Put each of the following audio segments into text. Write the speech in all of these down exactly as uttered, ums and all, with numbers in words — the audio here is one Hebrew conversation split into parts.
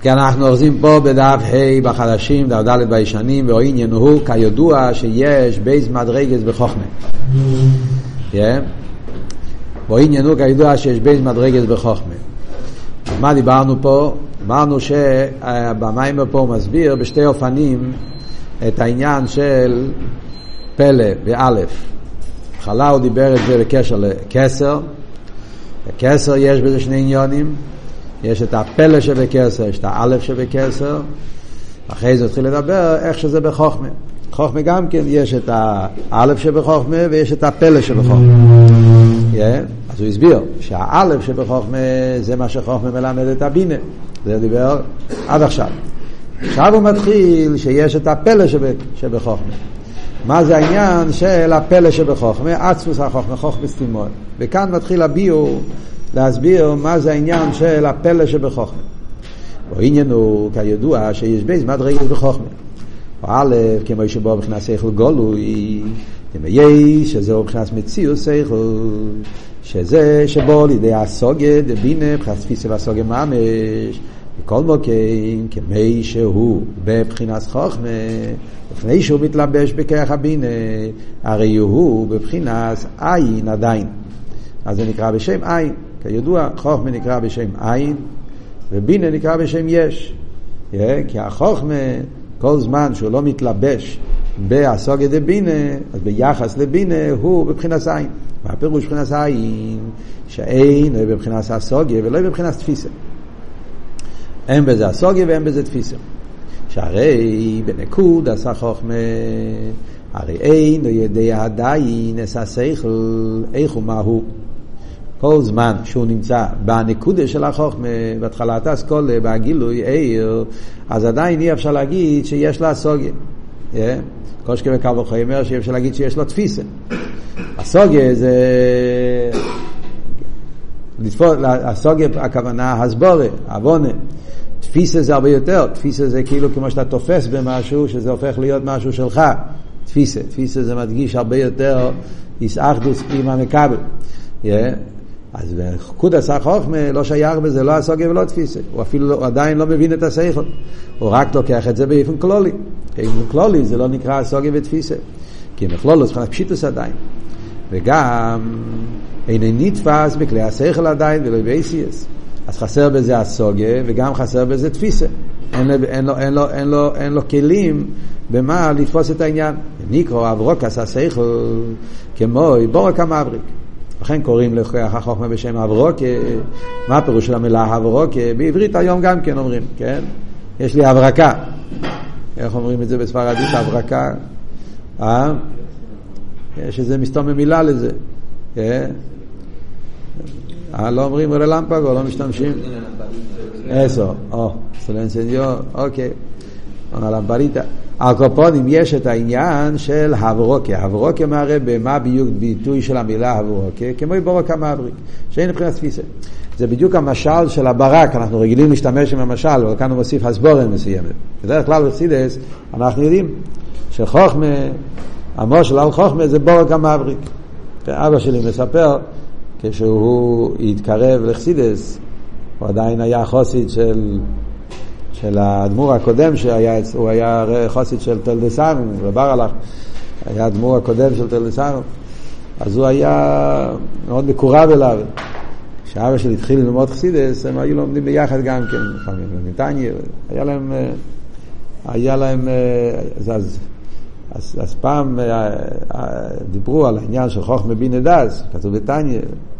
כי אנחנו אוחזים פה בדף ה' בחדשים, דף ד' בישנים, והעניין הוא כידוע שיש בייס מדרגס בחוכמה. והעניין הוא כידוע שיש בייס מדרגס בחוכמה. מה דיברנו פה? אמרנו שבמיימר פה הוא מסביר בשתי אופנים את העניין של פלא באלף. בהתחלה הוא דיבר את זה בקשר לקסר. בקסר יש בזה שני עניונים. יש את הפלא שבקסר, יש את האלף שבקסר. אחרי זה התחיל לדבר איך שזה בחוכמה. חוכמה גם כן יש את האלף שבחוכמה ויש את הפלא שבחוכמה. Yeah. אז הוא הסביר שהאלף שבחוכמה זה מה שחוכמה מלמד את הבינה. זה דיבר עד עכשיו. עכשיו הוא מתחיל שיש את הפלא שבחוכמה. מה זה העניין של הפלא שבחוכמה? עצמוס החוכמה, חוכמה סתימות. וכאן מתחיל הביאו להסביר מה זה העניין של הפלא שבחוכמה. העניין הוא כידוע שיש בייס מדרגות בחוכמה. א', כמו שבו מבחינת שכל גולוי, כמו יש, שזהו מבחינת מציאות שכל, שזה שבו לידי הסוגיה דבינה, מבחינת תפיסה והסוגיה ממש, בכל מוקרים, כמי שהוא בבחינת חוכמה, לפני שהוא מתלבש בכרך הבינה, הרי הוא בבחינת עין עדיין. אז זה נקרא בשם עין. כידוע, חוכמה נקרא בשם עין, ובינה נקרא בשם יש. כי החוכמה, כל זמן שהוא לא מתלבש בהסוגיה דבינה, אז ביחס לבינה הוא בבחינת עין. והפירוש בבחינת עין, שאין בבחינת הסוגיה ולא בבחינת תפיסה. אין בזה הסוגיה ואין בזה תפיסה. שהרי בנקוד עשה חוכמה, הרי אין יודע עדיין עשה שכל, איך ומה הוא. כל זמן שהוא נמצא בנקודה של החוכמה, בהתחלת האסכולה, בגילוי עיר, אז עדיין אי אפשר להגיד שיש לה סוגיה. כל שכם וקו וחומר שאי אפשר להגיד שיש לו תפיסה. הסוגיה זה... הסוגיה הכוונה הסבורה, הבונה. תפיסה זה הרבה יותר. תפיסה זה כאילו כמו שאתה תופס במשהו, שזה הופך להיות משהו שלך. תפיסה. תפיסה זה מדגיש הרבה יותר ישאחדוס עם המקבל. אז בחוד עשה חוכמה לא שייך בזה, לא הסוגיה ולא תפיסה. הוא אפילו הוא עדיין לא מבין את השכל. הוא רק לוקח את זה באופן כללי. באופן כללי זה לא נקרא הסוגיה ותפיסה. כי מכלול צריך פשיטוס עדיין. וגם אין נתפס בכלי השכל עדיין ולא בייסיאס. אז חסר בזה הסוגיה וגם חסר בזה תפיסה. אין, אין, לו, אין, לו, אין, לו, אין לו כלים במה לתפוס את העניין. נקרא אברוק עשה שכל כמו בורק המבריק. לכן קוראים לכוח החוכמה בשם אברוק. מה הפירוש של המילה אברוק? בעברית היום גם כן אומרים, כן? יש לי אברקה. איך אומרים את זה בספרדית? אברקה. אה? יש איזה מסתום מילה לזה. כן? אה, לא אומרים רלמפג או לא משתמשים? אסו. או, סולנסיניו. אוקיי. הלמפריטה. הקופונים יש את העניין של הברוקה. הברוקה מראה במה בדיוק ביטוי של המילה הברוקה, כמו ברוק המבריק, שאין מבחינת תפיסה. זה בדיוק המשל של הברק, אנחנו רגילים להשתמש עם המשל, אבל כאן הוא מוסיף הסבורה מסוימת. בדרך כלל בחסידות אנחנו יודעים שחוכמה, המושל על חוכמה זה ברוק המבריק. אבא שלי מספר, כשהוא התקרב לחסידות, הוא עדיין היה חסיד של... של האדמו"ר הקודם שהיה, הוא היה חסיד של תלדסנו, רבר הלך, היה האדמו"ר הקודם של תלדסנו, אז הוא היה מאוד מקורב אליו. כשאבא שלי התחיל ללמוד חסידות, הם היו לומדים ביחד גם כן, לפעמים, בנתניה, היה להם, היה להם, אז, אז, אז, אז פעם דיברו על העניין של חוכמה בינה דעת, כתוב בנתניה,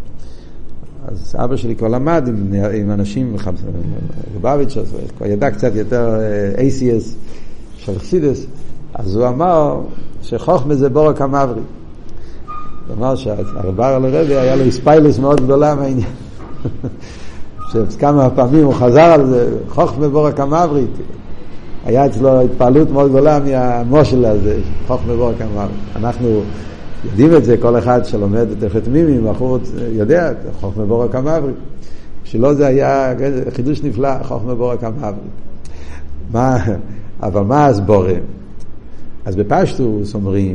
אז אבא שלי כבר למד עם, עם אנשים, רובביץ', אז כבר ידע קצת יותר איי סי אס של חסידות, אז הוא אמר שחוכמה זה בורק המבריק. הוא אמר שהרבר על הרבי היה לו הספיילוס מאוד גדולה מהעניין. שכמה פעמים הוא חזר על זה, חוכמה בורק המבריק. היה אצלו התפעלות מאוד גדולה מהמושל הזה, חוכמה בורק המבריק. אנחנו יודעים את זה, כל אחד שלומד את החתמימים, החוץ יודע, חוכמה בורק המבריק. שלא זה היה חידוש נפלא, חוכמה בורק המבריק. מה, אבל מה הסבורה? אז בפשטוס אומרים,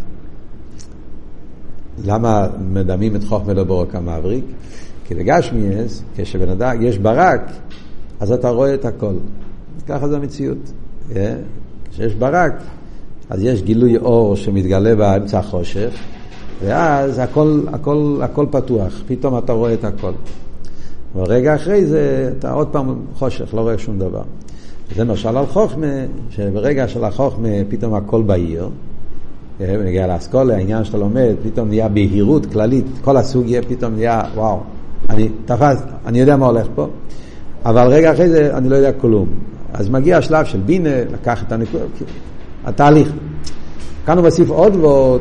למה מדמים את חוכמה לבורק המבריק? כי לגשמיאס, כשבן אדם יש ברק, אז אתה רואה את הכל. ככה זה המציאות. כשיש ברק, אז יש גילוי אור שמתגלה באמצע החושך, ואז הכל, הכל, הכל פתוח. פתאום אתה רואה את הכל. ורגע אחרי זה, אתה עוד פעם חושך, לא רואה שום דבר. זה משל על חוכמה, שברגע של החוכמה פתאום הכל בהיר, ונגיע לאסכולה, העניין שאתה לומד, פתאום נהיה בהירות כללית, כל הסוג יהיה פתאום נהיה, וואו, אני תפס, אני יודע מה הולך פה, אבל רגע אחרי זה אני לא יודע כלום. אז מגיע השלב של בינה, לקח את הנקודה, התהליך. כאן הוא מוסיף עוד ועוד,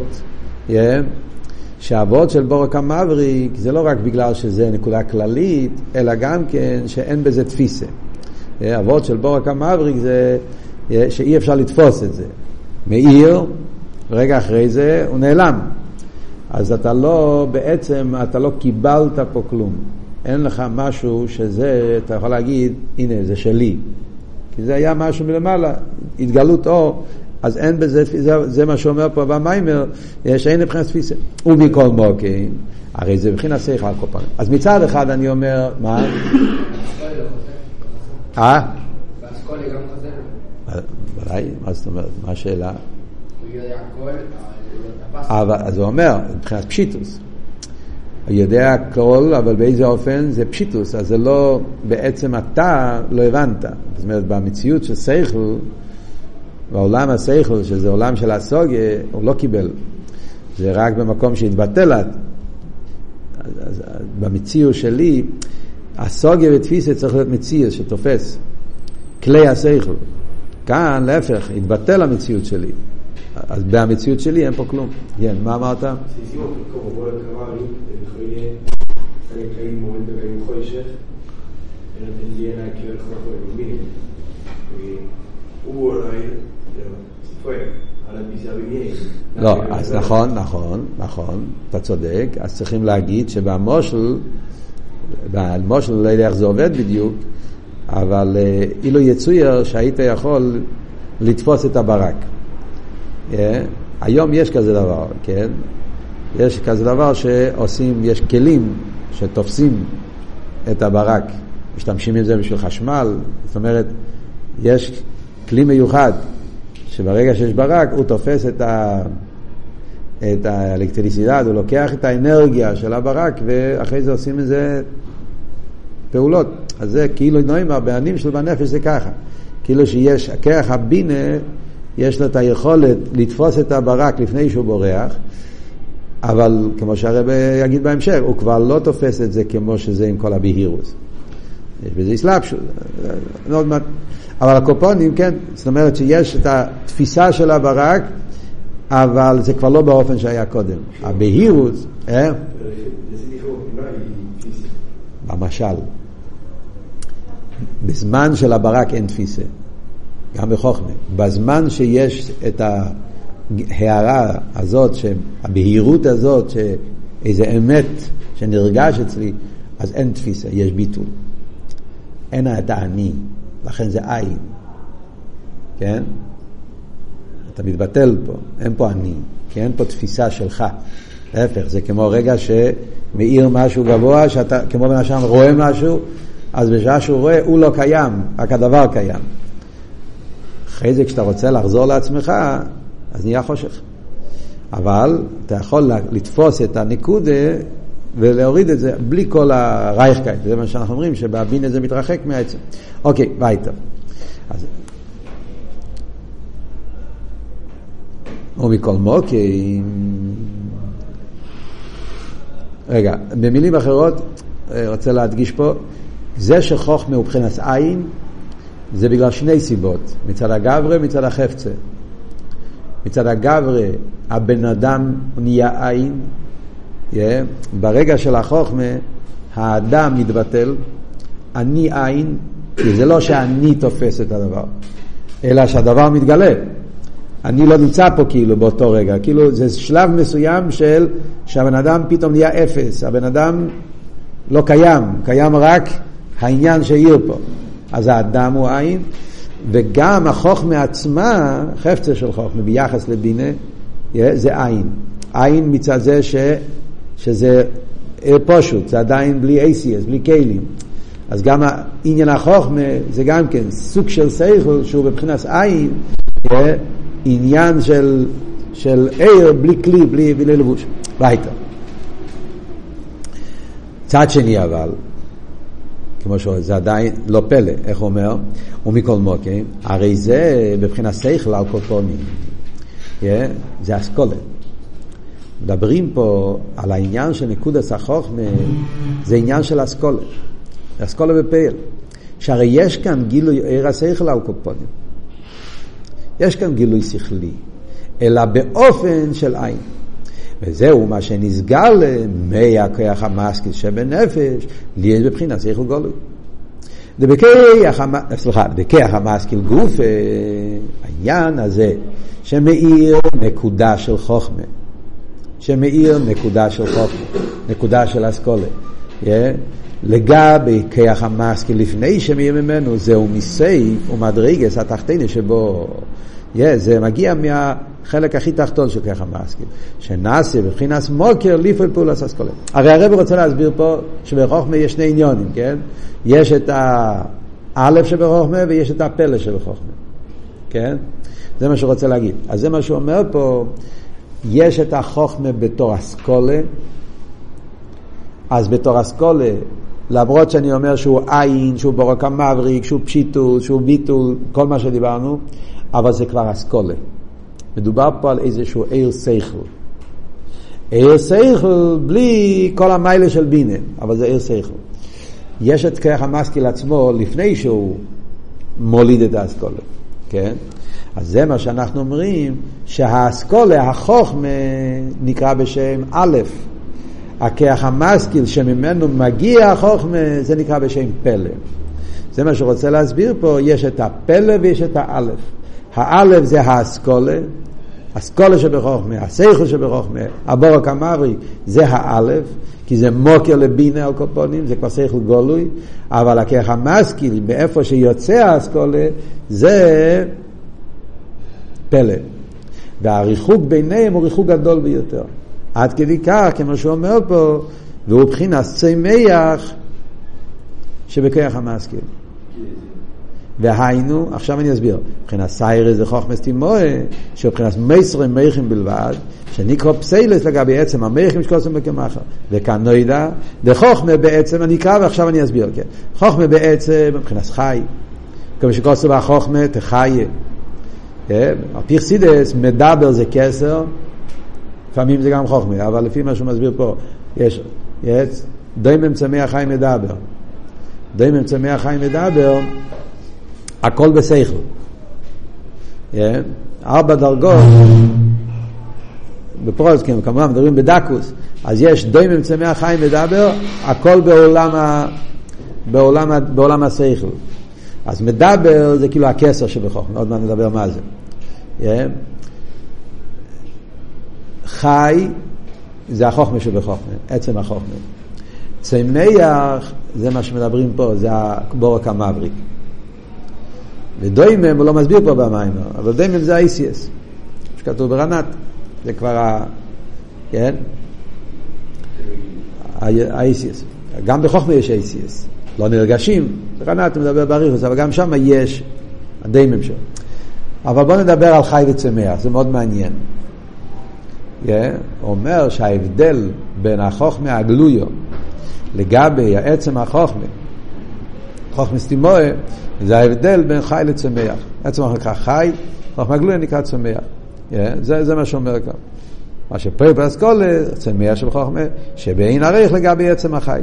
שהעבוד של בורק המבריק זה לא רק בגלל שזה נקודה כללית, אלא גם כן שאין בזה תפיסה. העבוד של בורק המבריק זה שאי אפשר לתפוס את זה. מאיר, רגע אחרי זה הוא נעלם. אז אתה לא, בעצם אתה לא קיבלת פה כלום. אין לך משהו שזה, אתה יכול להגיד, הנה זה שלי. כי זה היה משהו מלמעלה, התגלות אור. אז אין בזה, זה, זה מה שאומר פה במיימר, שאין לבחינת תפיסה. ובכל מוקר, הרי זה בחינת שכל על כל פעם. אז מצד אחד אני אומר, מה? אה? באסכולה גם חוזר. בוודאי, מה זאת אומרת? מה השאלה? הוא יודע הכל, אבל, אז הוא אומר, מבחינת פשיטוס. הוא יודע הכל, אבל באיזה אופן זה פשיטוס. אז זה לא, בעצם אתה לא הבנת. זאת אומרת, במציאות של שכל, בעולם השכל, שזה עולם של הסוגיה, הוא לא קיבל. זה רק במקום שהתבטל. אז, אז, במציאות שלי, הסוגיה ותפיסה צריך להיות מציאות שתופס. כלי השכל. כאן, להפך, התבטל המציאות שלי. אז במציאות שלי אין פה כלום. כן, מה אמרת? סיסימות, כמו בוא לקרמרי, לכולי, אני קיים מומנט בקיים חוישך, ונתן לי עיני כאילו חוכו אלומיני. הוא אולי, סיפוי, על הפיסה בגני. לא, אז נכון, נכון, נכון, אתה צודק. אז צריכים להגיד שבמושל, במושל לא יודע איך זה עובד בדיוק, אבל אילו יצויר שהיית יכול לתפוס את הברק. Yeah. היום יש כזה דבר, כן? יש כזה דבר שעושים, יש כלים שתופסים את הברק, משתמשים עם זה בשביל חשמל. זאת אומרת, יש כלי מיוחד שברגע שיש ברק הוא תופס את ה את האלקטריסיטד, הוא לוקח את האנרגיה של הברק ואחרי זה עושים את זה פעולות. אז זה כאילו נאמר בענים של בנפש זה ככה, כאילו שיש כרך הבינה, יש לו את היכולת לתפוס את הברק לפני שהוא בורח, אבל כמו שהרב יגיד בהמשך, הוא כבר לא תופס את זה כמו שזה עם כל הבהירוס. יש בזה אסלאפשות. אבל הקופונים, כן, זאת אומרת שיש את התפיסה של הברק, אבל זה כבר לא באופן שהיה קודם. הבהירוס, אה? במשל. בזמן של הברק אין תפיסה. גם בחוכמה. בזמן שיש את ההערה הזאת, הבהירות הזאת, שאיזה אמת שנרגש אצלי, אז אין תפיסה, יש ביטול. אין את העני, לכן זה עין. כן? אתה מתבטל פה, אין פה עני, כי אין פה תפיסה שלך. להפך, זה כמו רגע שמאיר משהו גבוה, שאתה כמו בן אדם רואה משהו, אז בשעה שהוא רואה, הוא לא קיים, רק הדבר קיים. אחרי זה כשאתה רוצה לחזור לעצמך, אז נהיה חושך. אבל אתה יכול לתפוס את הנקודה ולהוריד את זה בלי כל הרייכקייט. זה מה שאנחנו אומרים, שבבינה זה מתרחק מהעצם. אוקיי, ביתה. אז... ומכל מוקים... רגע, במילים אחרות, רוצה להדגיש פה, זה שחוכמה הוא מבחינת עין, זה בגלל שני סיבות, מצד הגברה, מצד החפצה. מצד הגברה, הבן אדם נהיה עין, yeah. ברגע של החוכמה, האדם מתבטל, אני עין, כי זה לא שאני תופס את הדבר, אלא שהדבר מתגלה. אני לא נמצא פה כאילו באותו רגע, כאילו זה שלב מסוים של שהבן אדם פתאום נהיה אפס, הבן אדם לא קיים, קיים רק העניין שהעיר פה. אז האדם הוא עין, וגם החוכמה עצמה, חפצה של חוכמה ביחס לבינה, זה עין. עין מצד זה ש, שזה פשוט, זה עדיין בלי אייסיאס, בלי כלים. אז גם עניין החוכמה זה גם כן סוג של שכל שהוא בבחינת עין, עניין של של עיר בלי כלי, בלי, בלי לבוש. ביתה. צד שני אבל, כמו שהוא, זה עדיין לא פלא, איך הוא אומר? ומכל מוקם, הרי זה בבחינת שכל על קופונים. Yeah, זה אסכולה. מדברים פה על העניין של נקודת החוכמה, זה עניין של אסכולה. אסכולה בפעל. שהרי יש כאן גילוי עיר השכל על קופונים. יש כאן גילוי שכלי. אלא באופן של עין. וזהו מה שנסגל מהכוח המשכיל שבנפש, לי יש בבחינת שכל גולוי. סליחה, בכוח המשכיל גוף, העניין הזה שמאיר נקודה של חוכמה, שמאיר נקודה של חוכמה, נקודה של אסכולה. לגבי כוח המשכיל לפני שמאיר ממנו, זהו מסייף ומדרגס התחתיני שבו, זה מגיע מה... חלק הכי תחתון של ככה המשכיל, שנעשה בבחינת מוקר לפעול פעולת אסכולה. הרי הרב רוצה להסביר פה שבחוכמה יש שני עניונים, כן? יש את האלף שבחוכמה ויש את הפלא שבחוכמה, כן? זה מה שהוא רוצה להגיד. אז זה מה שהוא אומר פה, יש את החוכמה בתור אסכולה, אז בתור אסכולה, למרות שאני אומר שהוא עין, שהוא ברוק המבריק, שהוא פשיטות, שהוא ביטול, כל מה שדיברנו, אבל זה כבר אסכולה. מדובר פה על איזשהו עיר שכל. עיר שכל בלי כל המיילה של בינה, אבל זה עיר שכל. יש את כוח המשכיל עצמו לפני שהוא מוליד את האסכולה. כן? אז זה מה שאנחנו אומרים, שהאסכולה, החוכמה, נקרא בשם א', הכוח המשכיל שממנו מגיע החוכמה, זה נקרא בשם פלא. זה מה שרוצה להסביר פה, יש את הפלא ויש את האלף. האלף זה האסכולה, אסכולה שבחוכמה, השכל שבחוכמה, הבורק המבריק, זה האלף, כי זה מוקר לבינה על קופונים, זה כבר שכל גולוי, אבל הכוח המשכיל, מאיפה שיוצא האסכולה, זה פלא. והריחוק ביניהם הוא ריחוק גדול ביותר. עד כדי כך, כמו שהוא אומר פה, והוא בחינת צמח שבכוח המשכיל. והיינו, עכשיו אני אסביר, מבחינת סיירס זה חוכמה סתימואה, שבבחינת מייסרים מייכים בלבד, שנקרא פסיילס לגבי עצם המייכים שקוסם בקמחה. וכאן נוידע, דחוכמה בעצם, אני אקרא ועכשיו אני אסביר, כן. חוכמה בעצם, מבחינת חי, כמו שקוסם בחוכמה, תחיה. הפרסידס, מדבר זה כסר, לפעמים זה גם חוכמה, אבל לפי מה שהוא מסביר פה, יש, יש, די ממצמי החי מדבר. די ממצמי החי מדבר, הכל בשכל. ארבע דרגות, בפרוסקים, כמובן מדברים בדקוס, אז יש די ממצמי החיים מדבר, הכל בעולם, ה, בעולם, ה, בעולם השכל. אז מדבר זה כאילו הכסר שבחוכמה, עוד מעט נדבר מה זה. חי זה החוכמה שבחוכמה, עצם החוכמה. צמח זה מה שמדברים פה, זה הבורק המבריק. ודוימם הוא לא מסביר פה במים, אבל דוימם זה ה-איי סי אס שכתוב ברנת, זה כבר ה... כן? ה-איי סי אס גם בחוכמה יש איי סי אס, לא נרגשים, ברנת הוא מדבר בריחוס, אבל גם שם יש הדוימם שלו. אבל בואו נדבר על חי וצמח, זה מאוד מעניין. הוא אומר שההבדל בין החוכמה הגלויו לגבי העצם החוכמה, חוכמה סתימואה, זה ההבדל בין חי לצמח. עצם החוכמה נקרא חי, חוכמה גלויה נקרא צמח. זה, זה מה שאומר כאן. מה שפה באסכולה, צמח של חוכמה, שבאין ערך לגבי עצם החי.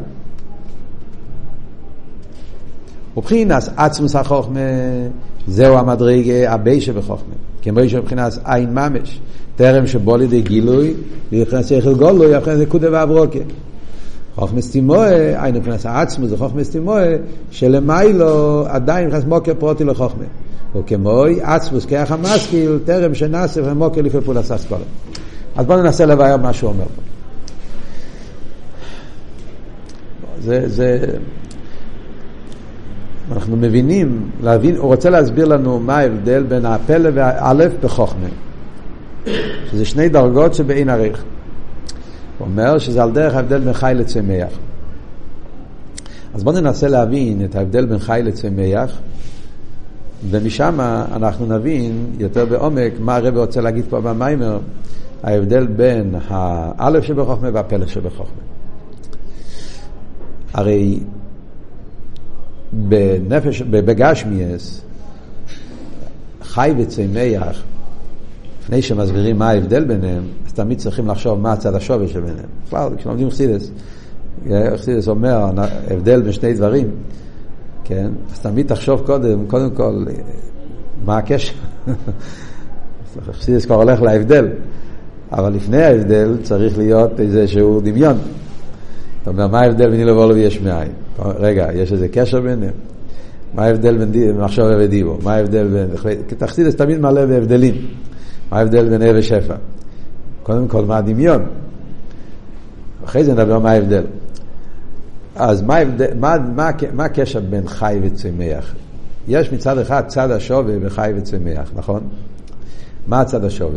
ובחינס עצמוס החוכמה, זהו המדרגה הבא שבחוכמה. כמו שבחינס עין ממש, טרם שבו לידי גילוי, ובחינס שכל גולוי, ובחינס נקודה ועברוקה. חוכמה סתימואה, היינו מבחינת העצמו, זה חוכמה סתימואה, שלמיילו עדיין מבחינת מוקר פרוטי לחוכמה. וכמוי עצמוס כיח המשכיל, טרם שנעשה ומוקר לפי פעולת אסכולה. אז בואו ננסה לבאר מה שהוא אומר פה. זה, זה... אנחנו מבינים, להבין, הוא רוצה להסביר לנו מה ההבדל בין הפלא והאלף בחוכמה. שזה שני דרגות שבאין ערך. הוא אומר שזה על דרך ההבדל בין חי לצמח. אז בואו ננסה להבין את ההבדל בין חי לצמח, ומשם אנחנו נבין יותר בעומק מה הרב רוצה להגיד פה במיימר, ההבדל בין האלף שבחוכמה והפלא שבחוכמה. הרי בנפש, בגשמיאס, חי וצמח, לפני שמסבירים מה ההבדל ביניהם, אז תמיד צריכים לחשוב מה הצד השווה שביניהם. כבר, כשלומדים חסידס, חסידס אומר, הבדל בין שני דברים, כן? אז תמיד תחשוב קודם, קודם כל, מה הקשר? חסידס כבר הולך להבדל, אבל לפני ההבדל צריך להיות איזשהו דמיון. אתה אומר, מה ההבדל בין אילו ואולו ויש מאין? רגע, יש איזה קשר ביניהם? מה ההבדל בין מחשוב ודיבו? מה ההבדל בין... חסידס תמיד מלא בהבדלים. מה ההבדל בין אב ושפע? קודם כל, מה הדמיון? אחרי זה נדבר מה ההבדל. אז מה, ההבדל, מה, מה, מה הקשר בין חי וצמח? יש מצד אחד צד השווה בחי וצמח, נכון? מה הצד השווה?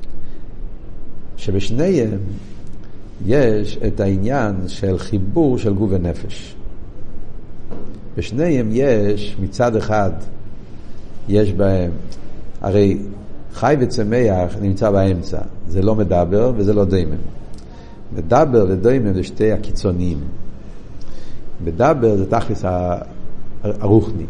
שבשניהם יש את העניין של חיבור של גוף ונפש. בשניהם יש מצד אחד, יש בהם, הרי חי וצמח נמצא באמצע, זה לא מדבר וזה לא דיימן. מדבר ודיימן זה שתי הקיצוניים. מדבר זה תכלס הרוחני.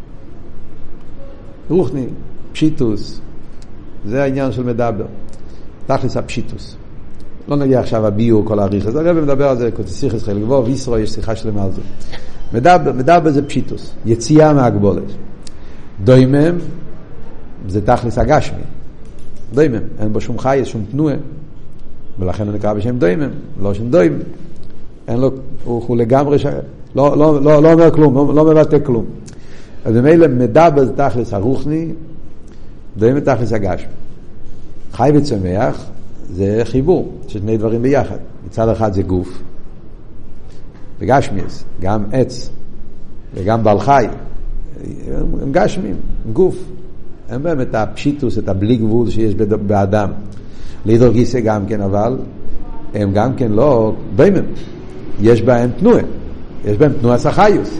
רוחני, פשיטוס, זה העניין של מדבר. תכלס הפשיטוס. לא נגיע עכשיו הביור כל העריך הזה, הרב מדבר על זה, כותסיכס חלק גבוה, וישרו יש שיחה שלמה על זה. מדבר, מדבר זה פשיטוס, יציאה מהגבולת. דוימם זה תכלס הגשמי. דוימם, אין בו שום חי, שום תנועה, ולכן הוא נקרא בשם דוימם, לא שם דוימם. אין לו, הוא, הוא לגמרי ש... לא, לא, לא, לא אומר כלום, לא, לא מבטא כלום. אז במילא מדבר זה תכלס הרוחני, דוימם תכלס הגשמי. חי וצמח זה חיבור, שני דברים ביחד. מצד אחד זה גוף, וגשמיס, גם עץ, וגם בעל חי, הם גשמים, גוף. הם בהם את הפשיטוס, את הבלי גבול שיש באדם. לידור גיסא גם כן, אבל הם גם כן לא בימם. יש בהם תנועה, יש בהם תנועה סחיוס.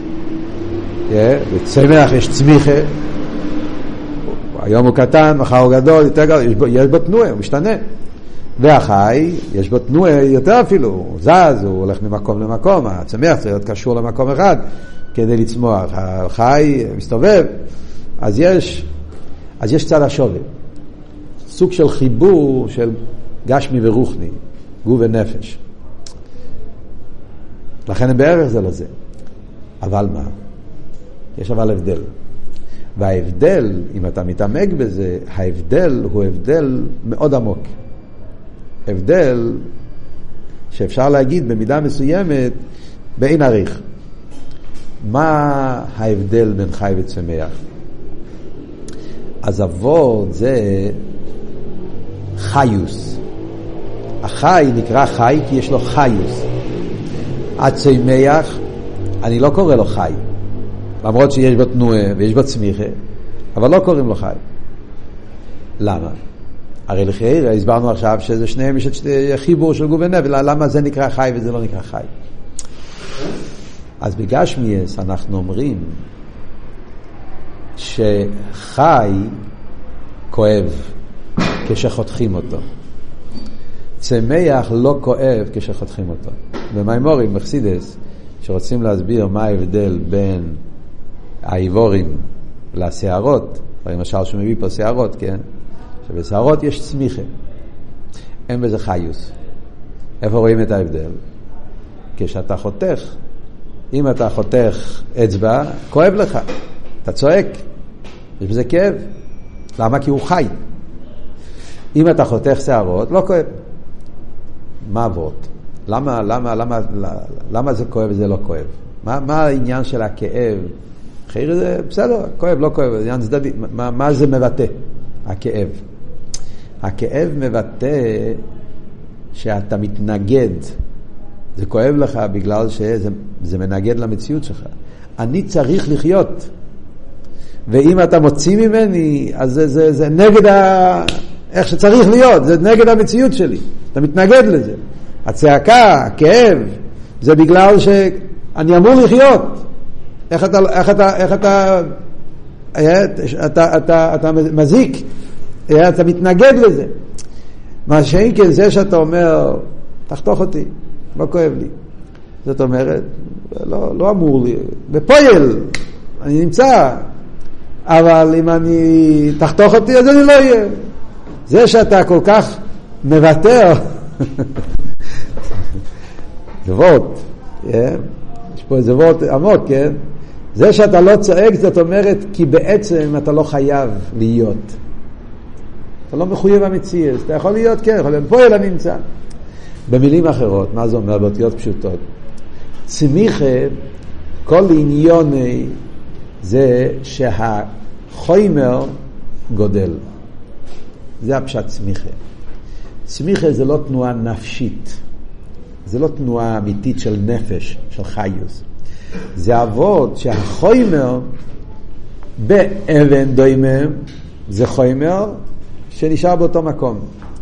בצמח יש צמיחה, היום הוא קטן, מחר הוא גדול, יותר גדול, יש בו, יש בו תנועה, הוא משתנה. והחי, יש בו תנועה יותר אפילו, הוא זז, הוא הולך ממקום למקום, הצמח צריך להיות קשור למקום אחד כדי לצמוח. החי מסתובב, אז יש, אז יש צד השווה. סוג של חיבור של גשמי ורוחני, גוף ונפש. לכן הם בערך זה לזה. אבל מה? יש אבל הבדל. וההבדל, אם אתה מתעמק בזה, ההבדל הוא הבדל מאוד עמוק. הבדל שאפשר להגיד במידה מסוימת באין עריך. מה ההבדל בין חי וצמח? אז עבוד זה חיוס. החי נקרא חי כי יש לו חיוס. הצמח, אני לא קורא לו חי. למרות שיש בו תנועה ויש בו צמיחה, אבל לא קוראים לו חי. למה? הרי לכאורה הסברנו עכשיו שזה שניהם יש חיבור של גוף ונפש, למה זה נקרא חי וזה לא נקרא חי? אז בגשמיאס אנחנו אומרים שחי כואב כשחותכים אותו, צמח לא כואב כשחותכים אותו. במיימורים בחסידס שרוצים להסביר מה ההבדל בין האיבורים לשערות, למשל שהוא מביא פה שערות, כן? שבשערות יש צמיחה, אין בזה חיוס. איפה רואים את ההבדל? כשאתה חותך, אם אתה חותך אצבע, כואב לך, אתה צועק, יש בזה כאב. למה? כי הוא חי. אם אתה חותך שערות, לא כואב. מה עבוד? למה, למה, למה, למה זה כואב וזה לא כואב? מה, מה העניין של הכאב? אחרי זה בסדר, כואב, לא כואב, עניין צדדי. מה, מה זה מבטא? הכאב. הכאב מבטא שאתה מתנגד. זה כואב לך בגלל שזה זה מנגד למציאות שלך. אני צריך לחיות. ואם אתה מוציא ממני, אז זה, זה, זה נגד ה... איך שצריך להיות, זה נגד המציאות שלי. אתה מתנגד לזה. הצעקה, הכאב, זה בגלל ש... אני אמור לחיות. איך אתה, איך אתה, איך אתה, אתה, אתה, אתה, אתה מזיק, אתה מתנגד לזה. מה שאין כן זה שאתה אומר, תחתוך אותי, לא כואב לי. זאת אומרת, לא, לא אמור לי, בפועל, אני נמצא, אבל אם אני תחתוך אותי, אז אני לא אהיה. זה שאתה כל כך מוותר, זה וורט, יש פה איזה וורט עמוק, כן? זה שאתה לא צועק, זאת אומרת, כי בעצם אתה לא חייב להיות. אתה לא מחויב המציאות, אתה יכול להיות, כן, יכול להיות, פועל אני נמצא. במילים אחרות, מה זה אומר? באותיות פשוטות. צמיחה, כל עניוני, זה שהחומר גודל. זה הפשט צמיחה. צמיחה זה לא תנועה נפשית. זה לא תנועה אמיתית של נפש, של חיוס. זה עבוד שהחומר באבן דוימם, זה חומר שנשאר באותו מקום.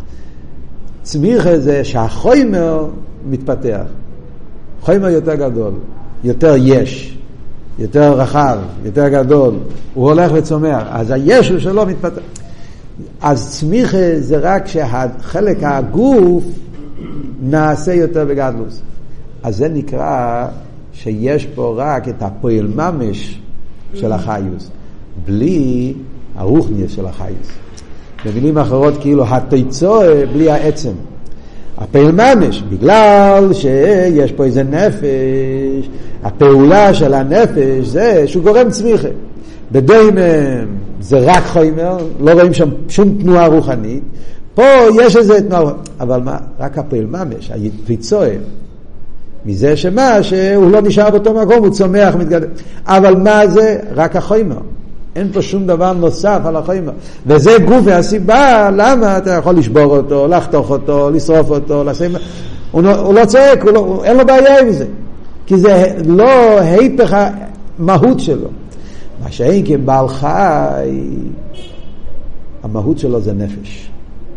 צמיחה זה שהחומר מתפתח. חומר יותר גדול, יותר יש, יותר רחב, יותר גדול. הוא הולך וצומח. אז הישו שלו מתפתח. אז צמיחה זה רק שהחלק הגוף נעשה יותר בגדלוס. אז זה נקרא שיש פה רק את הפועל ממש של החיוס, בלי הרוחניות של החיוס. במילים אחרות כאילו התיצועה בלי העצם. הפועל ממש, בגלל שיש פה איזה נפש, הפעולה של הנפש זה שהוא גורם צמיחה. בדוימם זה רק חומר, לא רואים שם שום תנועה רוחנית. פה יש איזה תנועה, אבל מה? רק הפועל ממש, התיצועה. מזה שמה, שהוא לא נשאר באותו מקום, הוא צומח, מתגדל. אבל מה זה? רק החומר. אין פה שום דבר נוסף על החומר. וזה גוף והסיבה, למה אתה יכול לשבור אותו, לחתוך אותו, לשרוף אותו, לשים... הוא לא, הוא לא צועק, הוא לא, אין לו בעיה עם זה. כי זה לא היפך המהות שלו. מה שאין כבעל חי, המהות שלו זה נפש.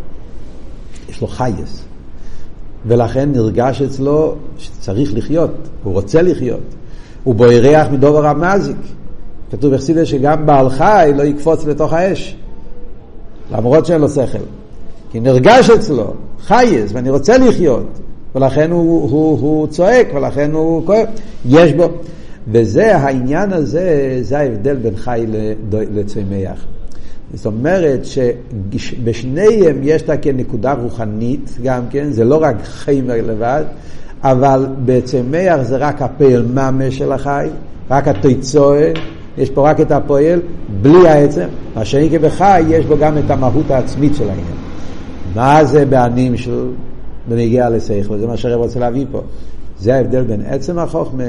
יש לו חייס. ולכן נרגש אצלו שצריך לחיות, הוא רוצה לחיות. הוא בורח מדובר המזיק. כתוב בחסידות שגם בעל חי לא יקפוץ לתוך האש. למרות שאין לו שכל. כי נרגש אצלו חייס, ואני רוצה לחיות. ולכן הוא, הוא, הוא צועק, ולכן הוא כואב. יש בו. וזה העניין הזה, זה ההבדל בין חי לצומח. זאת אומרת שבשניהם יש לה כנקודה רוחנית גם כן, זה לא רק חיים לבד, אבל בצמח זה רק הפועל ממש של החי, רק התיצועה, יש פה רק את הפועל, בלי העצם. מה שאין כבחי יש בו גם את המהות העצמית של העניין. מה זה בענים של בנגיע לשכל? זה מה שהרב רוצה להביא פה. זה ההבדל בין עצם החוכמה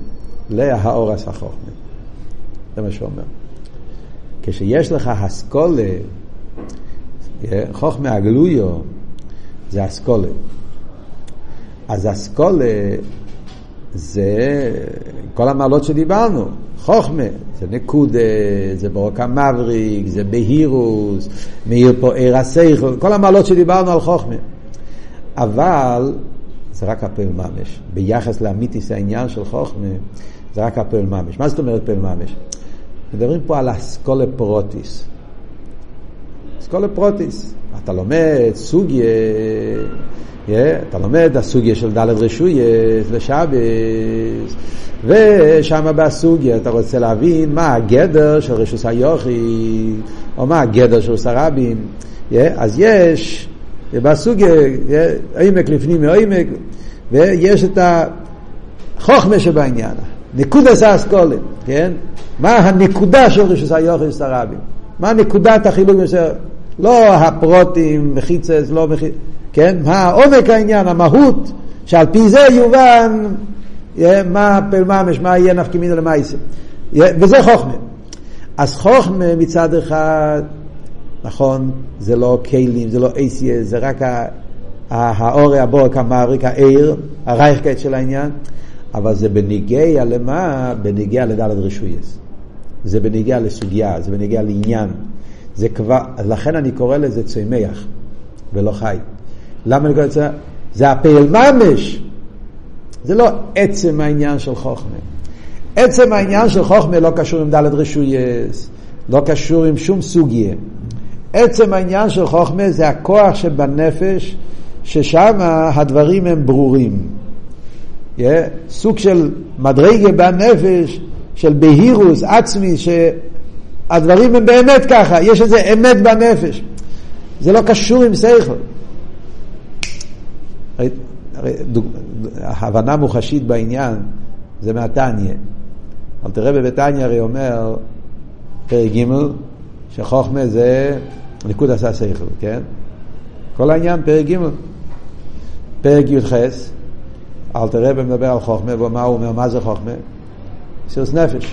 להאורס החוכמה. זה מה שהוא אומר. כשיש לך הסקולה, חוכמה הגלויו, זה הסקולה. אז הסקולה זה כל המעלות שדיברנו. חוכמה, זה נקודה, זה ברוק המבריק, זה בהירוס, מאיר פה עיר השכל, כל המעלות שדיברנו על חוכמה. אבל זה רק הפועל ממש. ביחס לאמיתיס העניין של חוכמה, זה רק הפועל ממש. מה זאת אומרת פועל ממש? מדברים פה על אסכולה פרוטיס. אסכולה פרוטיס. אתה לומד סוגיה, אתה לומד הסוגיה של דלת רשויס לשבס, ושם בסוגיה אתה רוצה להבין מה הגדר של רשוס היוחי, או מה הגדר של סרבים. אז יש בסוגיה עמק לפנים מעמק, ויש את החוכמה שבעניין. נקודת האסכולה, כן? מה הנקודה של רשוס היוחי סרבים? מה נקודת החילוק מסר? לא הפרוטים וחיצס, לא מחיצס, כן? מה עומק העניין, המהות, שעל פי זה יובן מה פל ממש, מה יהיה נפקא מינה למעשה. וזה חוכמה. אז חוכמה מצד אחד, נכון, זה לא כלים, זה לא אייסיה, זה רק האור, הבורק, המעריק, העיר, הרייכקייט של העניין, אבל זה בניגיע למה? בניגיע לדלת רשויס. זה בניגיע לסוגיה, זה בניגיע לעניין. זה כבר, לכן אני קורא לזה צומח ולא חי. למה אני קורא לזה? זה הפעל ממש זה לא עצם העניין של חוכמה. עצם העניין של חוכמה לא קשור עם דלת רשויס, לא קשור עם שום סוגיה. עצם העניין של חוכמה זה הכוח שבנפש, ששם הדברים הם ברורים. Yeah, סוג של מדרגה בנפש, של בהירוס עצמי, שהדברים הם באמת ככה, יש איזה אמת בנפש. זה לא קשור עם שכל. הרי, הרי, דוג, ההבנה מוחשית בעניין זה מהתניא. אבל תראה בבתניא הרי אומר פרק ג' שחוכמה זה ניקוד עשה שכל, כן? כל העניין פרק ג' פרק י' חס אל תראה במדבר על חוכמה ומה הוא אומר, מה זה חוכמה? מסירות נפש,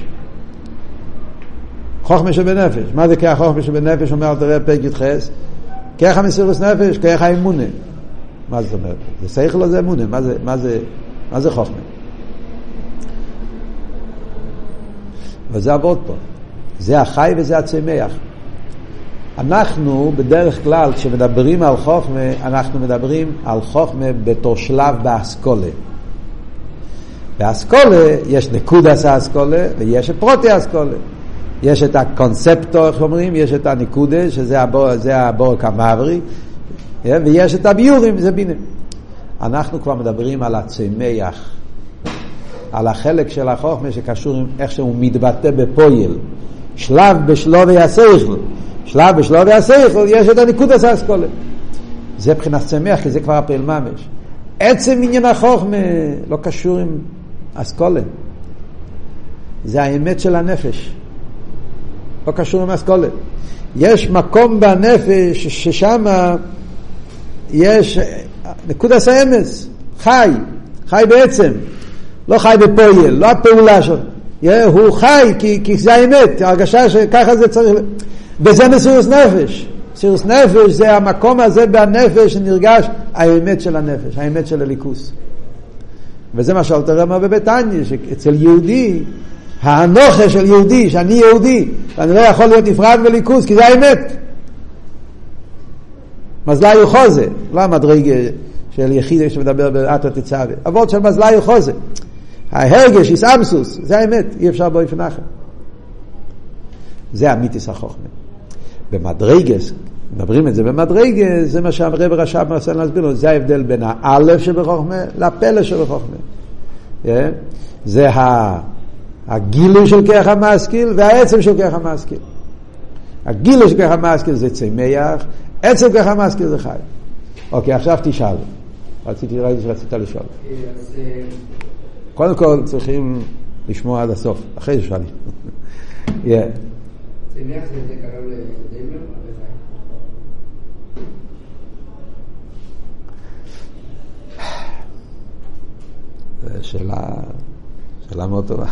חוכמה שבנפש. מה זה ככה חוכמה שבנפש? אומר אל תראה פרק י' חס ככה מסירות נפש, ככה אמונה. מה זאת אומרת? זה שכל או זה אמונה? מה זה, מה זה, מה זה חוכמה? וזה עבוד פה, זה החי וזה הצמח. אנחנו בדרך כלל כשמדברים על חוכמה, אנחנו מדברים על חוכמה בתור שלב באסכולה. באסכולה יש נקודס האסכולה ויש את פרוטי אסכולה. יש את הקונספטור, איך אומרים, יש את הנקודה שזה הבור, זה הבור כמעברי, ויש את הביורים, זה בינים. אנחנו כבר מדברים על הצמח, על החלק של החוכמה שקשור עם איך שהוא מתבטא בפועל. שלב בשלובי השכל, שלב בשלובי השכל יש את הנקודס האסכולה. זה מבחינת צמח, כי זה כבר הפעיל ממש. עצם עניין החוכמה לא קשור עם אסכולה, זה האמת של הנפש, לא קשור עם אסכולה. יש מקום בנפש ששם יש נקודס האמס, חי, חי בעצם, לא חי בפועל, לא הפעולה שלו, הוא חי כי, כי זה האמת, ההרגשה שככה זה צריך. וזה מסירות נפש. מסירות נפש זה המקום הזה בנפש שנרגש האמת של הנפש, האמת של הליכוס. וזה מה שאלת רמה בבתניא, שאצל יהודי, האנוכה של יהודי, שאני יהודי, ואני לא יכול להיות נפרד מליכוס, כי זה האמת. מזלה יוחוזה, לא המדרגה של יחיד שמדבר באתר תצווה, אבות של מזלה יוחוזה. ההרגש, איסאמסוס, זה האמת, אי אפשר באופן אחר. זה אמיתיס החוכמה. במדרגס, מדברים את זה במדרגס, זה מה שהרב רש"ב מנסה להסביר לו, זה ההבדל בין האלף שבחוכמה לפלא שבחוכמה. Yeah. זה הגילוי של כרך המשכיל והעצם של כרך המשכיל. הגילוי של כרך המשכיל זה צמח, עצם כרך המשכיל זה חי. אוקיי, עכשיו תשאל. רציתי, ראיתי שרצית לשאול. קודם כל צריכים לשמוע עד הסוף, אחרי זה שאלי. כן. צמח זה קרוב לדיימר וחי? זו שאלה, שאלה מאוד טובה.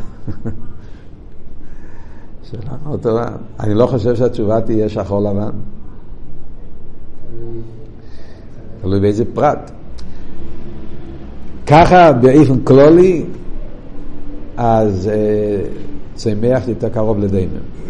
שאלה מאוד טובה. אני לא חושב שהתשובה תהיה שחור לבן. תלוי באיזה פרט. ככה באופן כללי, אז אה, צמח יותר קרוב לדיימר.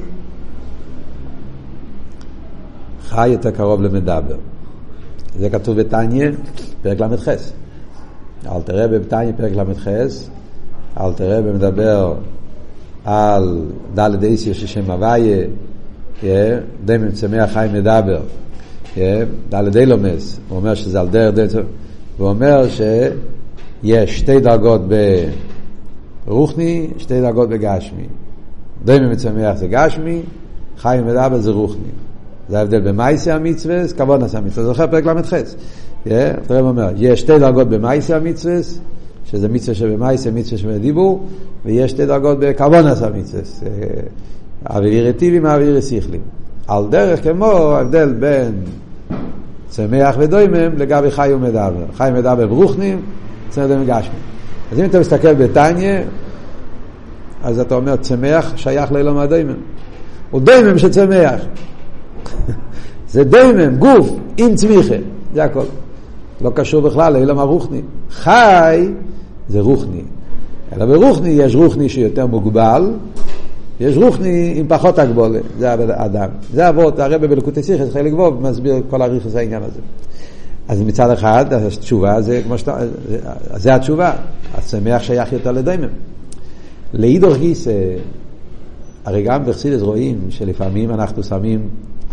חי יותר קרוב למדבר. זה כתוב בתניא, פרק למדחס. אל תראה בתניא פרק למדחס, אל תראה במדבר על דלת דייסיה ששם הוויה, דיימר צמח חי מדבר. דלת דילומס, הוא אומר שזה על דרך דרך, הוא אומר שיש שתי דרגות ברוחני, שתי דרגות בגשמי. דיימר מצמח זה גשמי, חי מדבר זה רוחני. זה ההבדל במייסי המצווה, כבוד נעשה המצווה. זוכר פרק למדחץ. תראה מה אומר, יש שתי דרגות במייסי המצווה, שזה מצווה שבמייסי, מצווה שבדיבור, ויש שתי דרגות בכבוד נעשה המצווה. אוויר רטיבים, אוויר שכלים. על דרך כמו ההבדל בין צמח ודוימם לגבי חי ומדבר. חי ומדבר ברוחנים, צמח ודוימם גשמי. אז אם אתה מסתכל בתניא, אז אתה אומר, צמח שייך לאילום הדוימם. הוא דוימם שצמח. זה דיימם, גוף, עם צמיחה, זה הכל. לא קשור בכלל לאילום הרוחני. חי זה רוחני. אלא ברוחני יש רוחני שיותר מוגבל, יש רוחני עם פחות הגבולה, זה האדם. זה אבות, הרב בליקוטי שיחס, חלק גבוה, מסביר כל הריחס העניין הזה. אז מצד אחד, התשובה זה כמו שאתה, זה התשובה. השמח שייך יותר לדיימם. לאידור גיס, הרי גם בחסידות רואים שלפעמים אנחנו שמים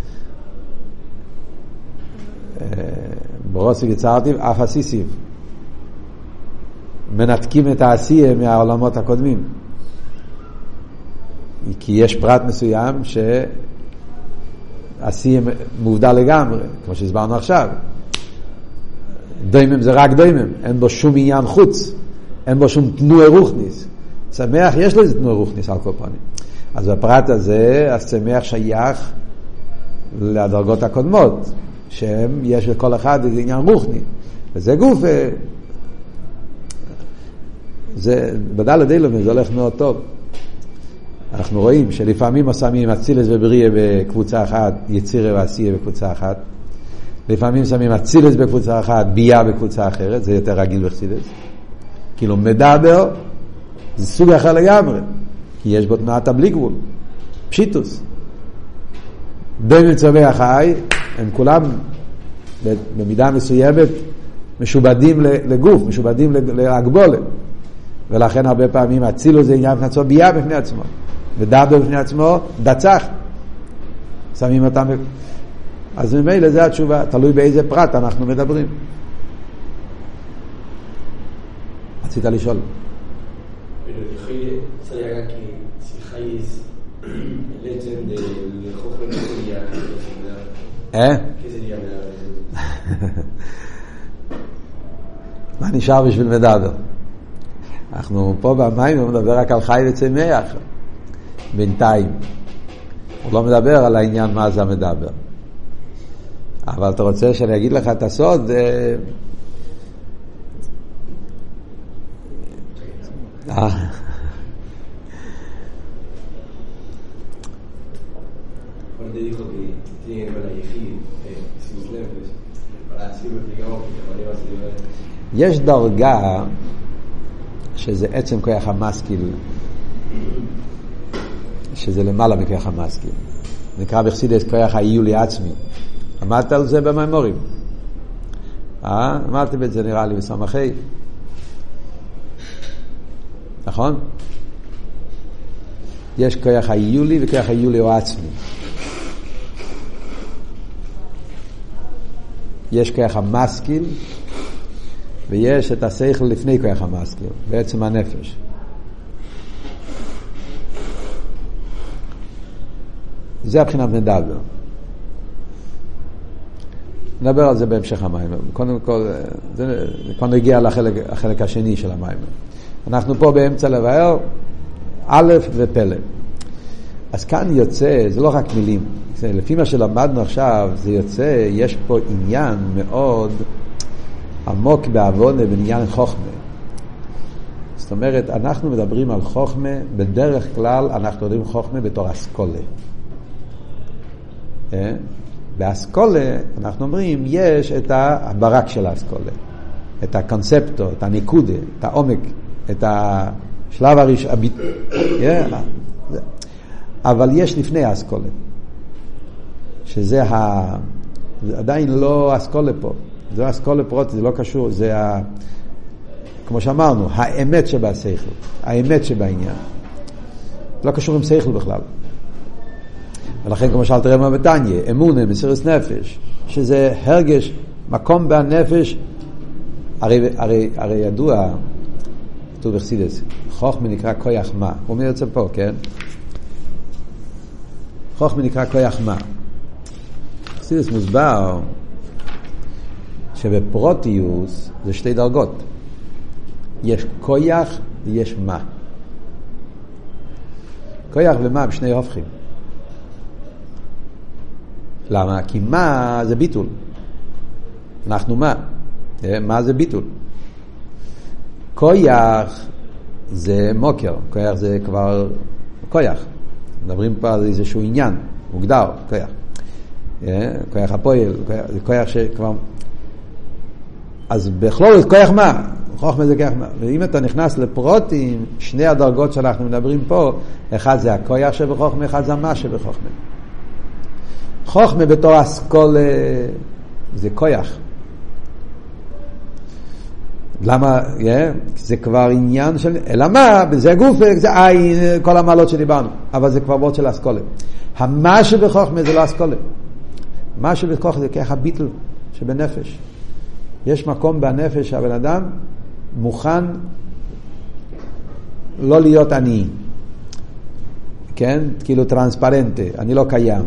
ברוס ויצרתיו אף עשיסיו. מנתקים את העשייה מהעולמות הקודמים. כי יש פרט מסוים שעשייה מובדל לגמרי, כמו שהסברנו עכשיו. דיימם זה רק דיימם, אין בו שום עניין חוץ, אין בו שום תנועי רוחניס. שמח יש לו איזה תנועי רוחניס על כל פנים. אז בפרט הזה, השמח שייך לדרגות הקודמות, שהם, יש לכל אחד איזה עניין רוחני. וזה גוף, זה, בדלת אילום, זה הולך מאוד טוב. אנחנו רואים שלפעמים שמים אצילס ובריא בקבוצה אחת, יצירה ועשייה בקבוצה אחת. לפעמים שמים אצילס בקבוצה אחת, בייה בקבוצה אחרת, זה יותר רגיל בחסידות. כאילו מדבר, זה סוג אחר לגמרי, כי יש בו תנועת הבלי גבול, פשיטוס. דיימם צבע החי, הם כולם במידה מסוימת משובדים לגוף, משובדים להגבולה. ולכן הרבה פעמים אצילוס זה עניין בפני עצמו, בייה בפני עצמו. מדבר בפני עצמו, דצח. שמים אותם... אז ממילא זה התשובה, תלוי באיזה פרט אנחנו מדברים. רצית לשאול. Pero el Jaire sale acá que si Jaire es el hecho de Jojo no sería ¿Eh? ¿Qué sería medar? מה נשאר בשביל מדבר? אנחנו פה במים הוא מדבר רק על חי וצמח בינתיים. הוא לא מדבר על העניין מה זה המדבר. אבל אתה רוצה שאני אגיד לך את הסוד, זה... אה. Aparte dijo que tiene que ver con la yejid, si sus nefes, para así lo explicamos que te ponemos a decir... יש דרגה שזה עצם כוח המשכיל, שזה למעלה מכוח המשכיל. נקרא בחסידות כוח האיולי עצמי. אמרת על זה במאמרים. אה? אמרתם את זה נראה לי בסמכי. נכון? יש כוח האיולי וכוח האיולי או עצמי. יש כוח המשכיל ויש את השכל לפני כוח המשכיל, בעצם הנפש. זה הבחינת מדבר. נדבר על זה בהמשך המים. קודם כל, זה כבר נגיע לחלק, החלק השני של המים. אנחנו פה באמצע לבאר א' ופלא. אז כאן יוצא, זה לא רק מילים. לפי מה שלמדנו עכשיו, זה יוצא, יש פה עניין מאוד עמוק בעוונה בעניין חוכמה. זאת אומרת, אנחנו מדברים על חוכמה, בדרך כלל אנחנו מדברים חוכמה בתור אסכולה. אה? באסכולה אנחנו אומרים יש את הברק של האסכולה, את הקונספטו, את הניקודה, את העומק, את השלב הראשון, yeah. אבל יש לפני האסכולה, שזה ה... זה עדיין לא אסכולה פה, זה אסכולה פרוטי, זה לא קשור, זה ה... כמו שאמרנו, האמת שבשכל, האמת שבעניין, לא קשור עם שכל בכלל. ולכן כמו שאלת רמה בתניה, אמונה, מסירות נפש, שזה הרגש, מקום בנפש, הרי, הרי, הרי ידוע, כתוב בחסידות, חוכמה נקרא כוח מה, הוא אומר את זה פה, כן? חוכמה נקרא כוח מה. בחסידות מוסבר, שבפרוטיוס זה שתי דרגות. יש כוח ויש מה. כוח ומה בשני הופכים. למה? כי מה זה ביטול. אנחנו מה? מה זה ביטול? כוח זה מוקר. כוח זה כבר כוח. מדברים פה על איזשהו עניין. מוגדר, כוח. כוח הפועל. זה כוח שכבר... אז בכלול, כוח מה? חוכמה זה כוח מה? ואם אתה נכנס לפרוטים, שני הדרגות שאנחנו מדברים פה, אחד זה הכוח שבחוכמה, אחד זה מה שבחוכמה. חוכמה בתור אסכולה זה כוח. למה? זה כבר עניין של... אלא מה? זה גוף, זה עין, כל המעלות שדיברנו. אבל זה כבר מאוד של אסכולה. מה שבחוכמה זה לא אסכולה. מה שבחוכמה זה ככה ביטל שבנפש. יש מקום בנפש שהבן אדם מוכן לא להיות עני. כן? כאילו טרנספרנטי. אני לא קיים.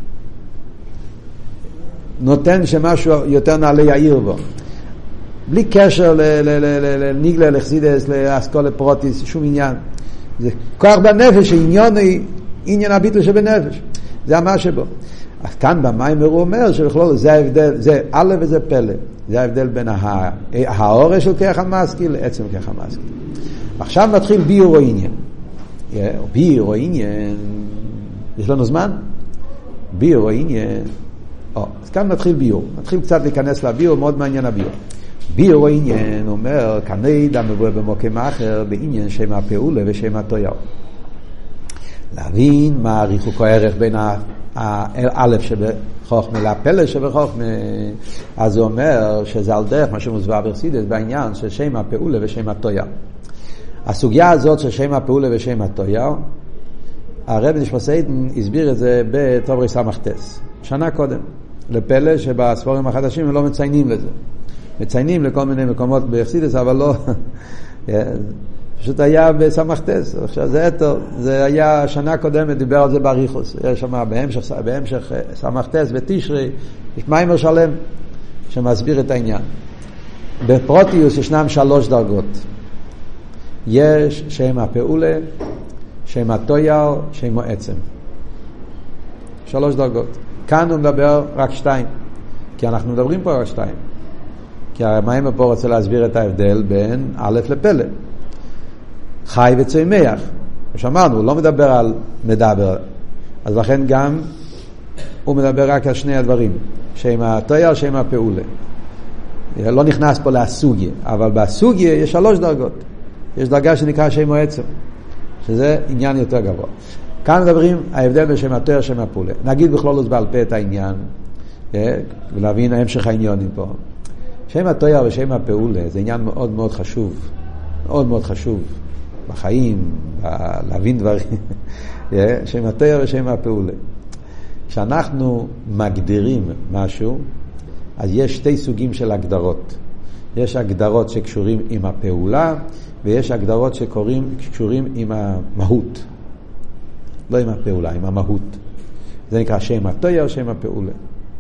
נותן שמשהו יותר נעלה יעיר בו. בלי קשר לניגלה, לחסידס, לאסכולה פרוטיס, שום עניין. זה כוח בנפש, העניין היא עניין הביטל שבנפש. זה מה שבו. אז כאן במיימר הוא אומר שבכלול זה ההבדל, זה א' וזה פלא. זה ההבדל בין האורש של כוח המשכיל לעצם כוח המשכיל. עכשיו מתחיל ביור או עניין. ביור או עניין, יש לנו זמן? ביור או עניין. אז כאן מתחיל ביור. מתחיל קצת להיכנס לביור, מאוד מעניין הביור. ביור עניין אומר כנדע מבוא במוקם אחר בעניין שם הפעולה ושם התויר. להבין מה הריחוק הערך בין האלף שבחוכמה לפלא שבחוכמה. אז הוא אומר שזה על דרך מה שמוסבר בחסידות בעניין של שם הפעולה ושם התויר. הסוגיה הזאת של שם הפעולה ושם התויר, הרב נשמסיידן הסביר את זה בטוברי סמכתס שנה קודם, לפלא שבספורים החדשים הם לא מציינים לזה, מציינים לכל מיני מקומות בחסידות, אבל לא, פשוט היה בסמכתס. עכשיו זה אתר, זה היה שנה קודמת, דיבר על זה באריכוס, יש שם בהמשך, בהמשך סמכתס ותשרי, יש מיימר שלם שמסביר את העניין. בפרוטיוס ישנם שלוש דרגות, יש שם הפעולה, שם התויר, שם העצם, שלוש דרגות. כאן הוא מדבר רק שתיים, כי אנחנו מדברים פה רק שתיים, כי המיימר פה רוצה להסביר את ההבדל בין א' לפלא, חי וצומח. שמענו, הוא לא מדבר על מדבר, אז לכן גם הוא מדבר רק על שני הדברים, שם התויר, שם הפעולה. לא נכנס פה לסוגיה, אבל בסוגיה יש שלוש דרגות. יש דרגה שנקרא שם העצם, שזה עניין יותר גבוה. כאן מדברים ההבדל בין שם התויר, שם הפעולה. נגיד בכלולוס בעל פה את העניין, ולהבין המשך העניונים פה. שם התויר ושם הפעולה זה עניין מאוד מאוד חשוב, מאוד מאוד חשוב בחיים, להבין דברים. שם התויר ושם הפעולה. כשאנחנו מגדירים משהו, אז יש שתי סוגים של הגדרות. יש הגדרות שקשורים עם הפעולה, ויש הגדרות שקשורים עם המהות. לא עם הפעולה, עם המהות. זה נקרא שם התויר, שם הפעולה.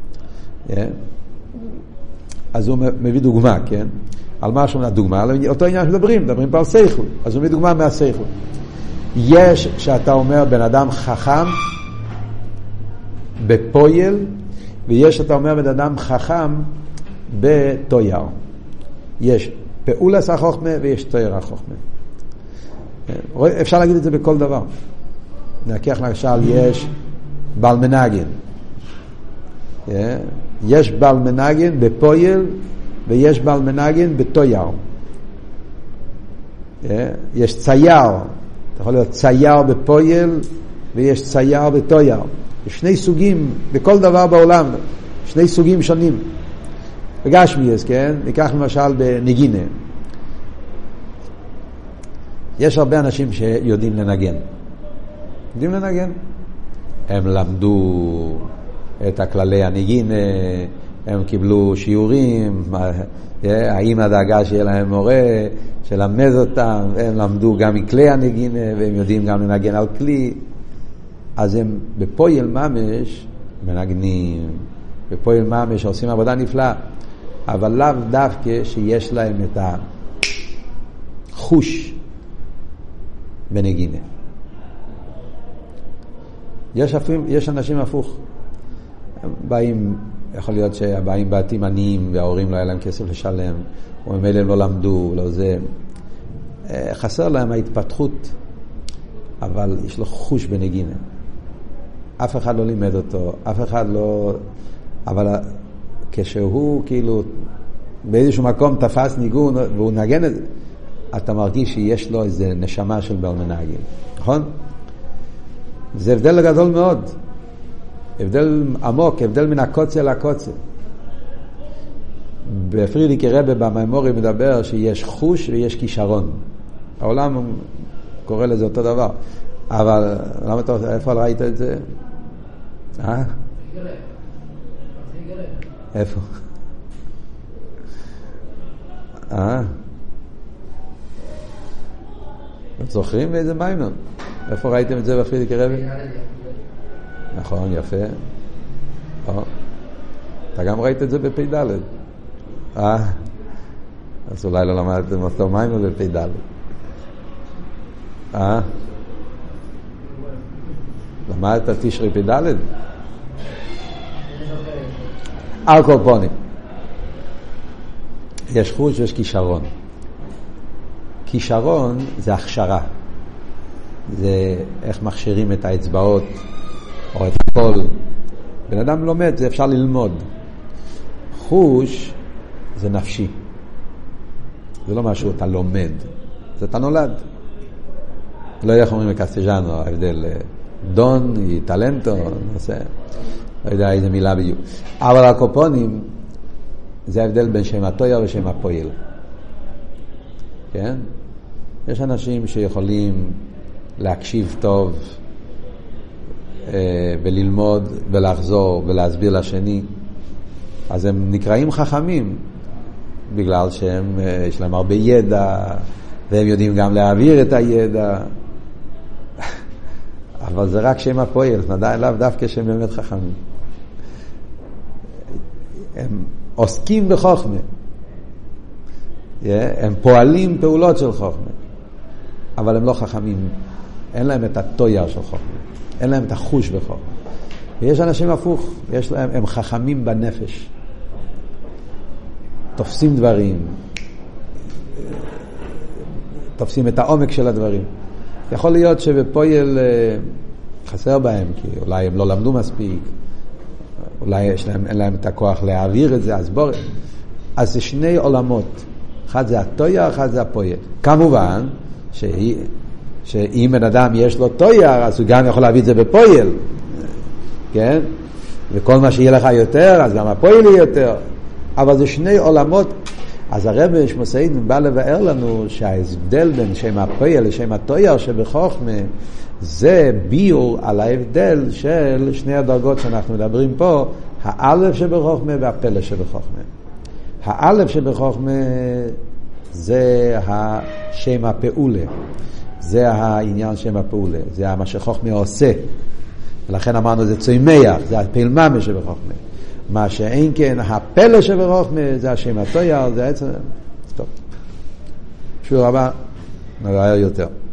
אז הוא מביא דוגמה, כן? על משהו מהדוגמה, אותו עניין שמדברים, מדברים פה על שכל. אז הוא מביא דוגמה מהשכל. יש שאתה אומר בן אדם חכם בפועל, ויש שאתה אומר בן אדם חכם בתויר. יש פעולה החוכמה ויש תויר החוכמה. אפשר להגיד את זה בכל דבר. נקח למשל, יש בעל מנגן. יש בעל מנגן בפועל ויש בעל מנגן בתויר. יש צייר, אתה יכול להיות צייר בפועל ויש צייר בתויר. יש שני סוגים בכל דבר בעולם, שני סוגים שונים. בגשמיאס, כן? ניקח למשל בנגינה. יש הרבה אנשים שיודעים לנגן. יודעים לנגן. הם למדו את הכללי הנגינה, הם קיבלו שיעורים, האמא דאגה שיהיה להם מורה, שלמד אותם, הם למדו גם מכלי הנגינה, והם יודעים גם לנגן על כלי. אז הם בפועל ממש מנגנים, בפועל ממש עושים עבודה נפלאה, אבל לאו דווקא שיש להם את החוש בנגינה. יש, אפילו, יש אנשים הפוך. באים, יכול להיות שהבאים בתים עניים וההורים לא היה להם כסף לשלם, או ממילא הם לא למדו, לא זה. חסר להם ההתפתחות, אבל יש לו חוש בנגינה. אף אחד לא לימד אותו, אף אחד לא... אבל כשהוא כאילו באיזשהו מקום תפס ניגון והוא נגן את זה, אתה מרגיש שיש לו איזה נשמה של בעל מנגן. נכון? זה הבדל גדול מאוד. הבדל עמוק, הבדל מן הקוצה לקוצה. בפרידיקי רבי במיימורי מדבר שיש חוש ויש כישרון. העולם קורא לזה אותו דבר. אבל למה אתה, איפה ראית את זה? אה? איפה? אה? אתם זוכרים באיזה מיימון? איפה ראיתם את זה בפרידיקי רבי? נכון, יפה. או. אתה גם ראית את זה בפי ד'. אה? אז אולי לא למדתם אותו מיימון בפי ד'. אה? למדת תשרי פי ד'? על כל פונים. יש חוש ויש כישרון. כישרון זה הכשרה. זה איך מכשירים את האצבעות או את הכל. בן אדם לומד, זה אפשר ללמוד. חוש זה נפשי. זה לא משהו אתה לומד. זה אתה נולד. לא יודע איך אומרים בקסטג'אנו, ההבדל דון, טלנטו, לא יודע איזה מילה בדיוק. אבל הקופונים זה ההבדל בין שם התויר ושם הפועל. כן? יש אנשים שיכולים להקשיב טוב אה, וללמוד ולחזור ולהסביר לשני, אז הם נקראים חכמים בגלל שהם, אה, יש להם הרבה ידע והם יודעים גם להעביר את הידע. אבל זה רק שם הפועל, עדיין לאו דווקא שהם באמת חכמים. הם עוסקים בחוכמה, הם פועלים פעולות של חוכמה, אבל הם לא חכמים. אין להם את התויר של חוכמה, אין להם את החוש בחוכמה. ויש אנשים הפוך, יש להם, הם חכמים בנפש, תופסים דברים, תופסים את העומק של הדברים. יכול להיות שבפועל חסר בהם, כי אולי הם לא למדו מספיק, אולי יש להם, אין להם את הכוח להעביר את זה, אז בוא, אז זה שני עולמות, אחד זה התויר, אחד זה הפועל. כמובן שהיא, שאם בן אדם יש לו תויר, אז הוא גם יכול להביא את זה בפועל, כן? וכל מה שיהיה לך יותר, אז גם הפועל יהיה יותר. אבל זה שני עולמות. אז הרב שמוסעידן בא לבאר לנו שההבדל בין שם הפועל לשם התויר שבחוכמה, זה ביור על ההבדל של שני הדרגות שאנחנו מדברים פה, האלף שבחוכמה והפלא שבחוכמה. האלף שבחוכמה זה השם הפעולה, זה העניין שם הפעולה, זה מה שחוכמה עושה, ולכן אמרנו זה צומח, זה הפעלמה שבחוכמה. מה שאין כן הפלא שבחוכמה זה השם התויר, זה עצם. טוב, שיעור הבא נראה יותר.